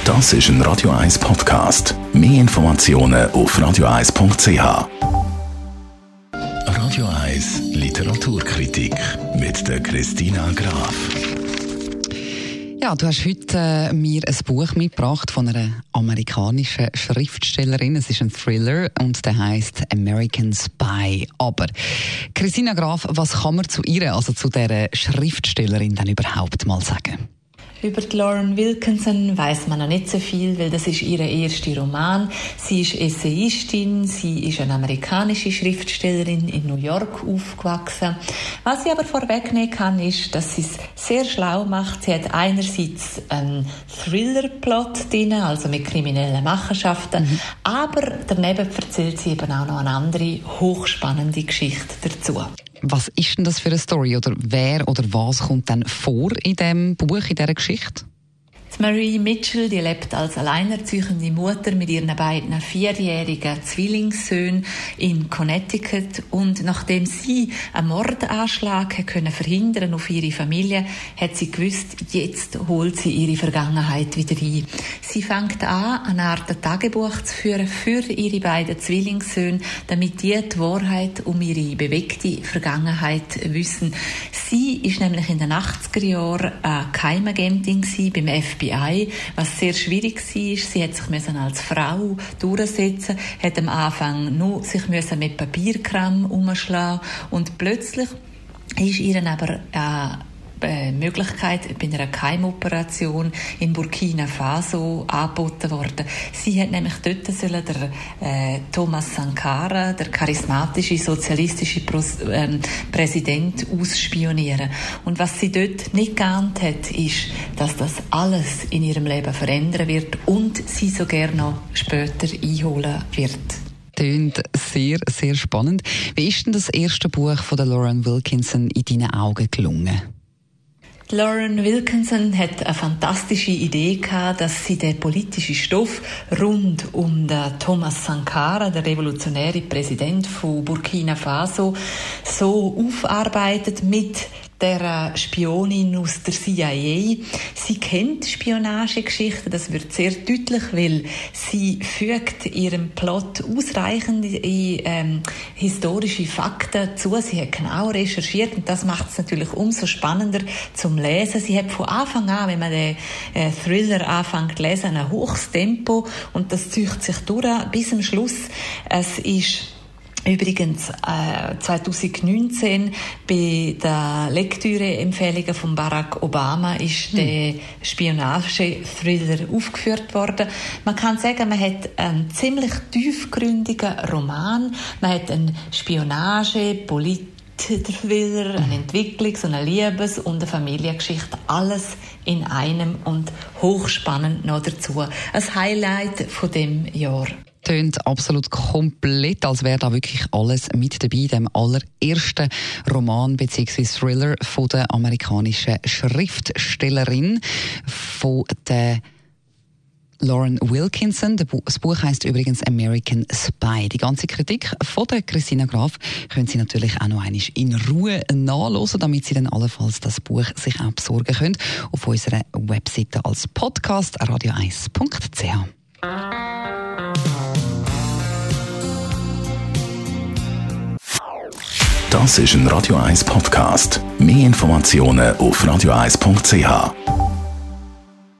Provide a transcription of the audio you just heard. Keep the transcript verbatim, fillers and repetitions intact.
Das ist ein Radio eins Podcast. Mehr Informationen auf radio eins punkt c h. Radio eins Literaturkritik mit der Christina Graf. Ja, du hast heute äh, mir ein Buch mitgebracht von einer amerikanischen Schriftstellerin. Es ist ein Thriller und der heißt American Spy. Aber Christina Graf, was kann man zu ihr, also zu dieser Schriftstellerin, dann überhaupt mal sagen? Über die Lauren Wilkinson weiss man noch nicht so viel, weil das ist ihr erster Roman. Sie ist Essayistin, sie ist eine amerikanische Schriftstellerin in New York aufgewachsen. Was sie aber vorwegnehmen kann, ist, dass sie es sehr schlau macht. Sie hat einerseits einen Thriller-Plot drin, also mit kriminellen Machenschaften, mhm. aber daneben erzählt sie eben auch noch eine andere, hochspannende Geschichte dazu. Was ist denn das für eine Story? Oder wer oder was kommt dann vor in diesem Buch, in dieser Geschichte? Marie Mitchell, die lebt als alleinerziehende Mutter mit ihren beiden vierjährigen Zwillingssöhnen in Connecticut. Und nachdem sie einen Mordanschlag können verhindern auf ihre Familie, hat sie gewusst, jetzt holt sie ihre Vergangenheit wieder ein. Sie fängt an, eine Art Tagebuch zu führen für ihre beiden Zwillingssöhne, damit die die Wahrheit um ihre bewegte Vergangenheit wissen. Sie ist nämlich in den achtziger Jahren eine Geheimagentin beim F B I, was sehr schwierig war. Sie hat sich als Frau durchsetzen, hat am Anfang nur sich mit Papierkram umschlagen und plötzlich ist ihr aber äh, Möglichkeit bei einer Geheimoperation in Burkina Faso angeboten worden. Sie hat nämlich dort sollen der äh, Thomas Sankara, der charismatische sozialistische Pros- ähm, Präsident, ausspionieren. Und was sie dort nicht geahnt hat, ist, dass das alles in ihrem Leben verändern wird und sie so gerne noch später einholen wird. Klingt sehr, sehr spannend. Wie ist denn das erste Buch von der Lauren Wilkinson in deinen Augen gelungen? Lauren Wilkinson hat eine fantastische Idee gehabt, dass sie den politischen Stoff rund um den Thomas Sankara, der revolutionäre Präsident von Burkina Faso, so aufarbeitet mit der Spionin aus der C I A. Sie kennt Spionagegeschichten, das wird sehr deutlich, weil sie fügt ihrem Plot ausreichend in, ähm, historische Fakten zu. Sie hat genau recherchiert und das macht es natürlich umso spannender zum Lesen. Sie hat von Anfang an, wenn man den äh, Thriller anfängt zu lesen, ein hohes Tempo und das zieht sich durch bis zum Schluss. Es ist Übrigens äh, zwanzig neunzehn bei den Lektüre-Empfehlungen von Barack Obama ist hm. der Spionage-Thriller aufgeführt worden. Man kann sagen, man hat einen ziemlich tiefgründigen Roman, man hat einen Spionage-, Polit-Thriller, eine Entwicklungs- und eine Liebes- und eine Familiengeschichte, alles in einem und hochspannend noch dazu. Ein Highlight von dem Jahr. Tönt absolut komplett, als wäre da wirklich alles mit dabei, dem allerersten Roman bzw. Thriller von der amerikanischen Schriftstellerin, von der Lauren Wilkinson. Das Buch heisst übrigens American Spy. Die ganze Kritik von der Christina Graf können Sie natürlich auch noch einmal in Ruhe nachlesen, damit Sie dann allenfalls das Buch sich auch besorgen können auf unserer Webseite als Podcast radio eins punkt c h. Das ist ein Radio eins Podcast. Mehr Informationen auf radio eins punkt c h.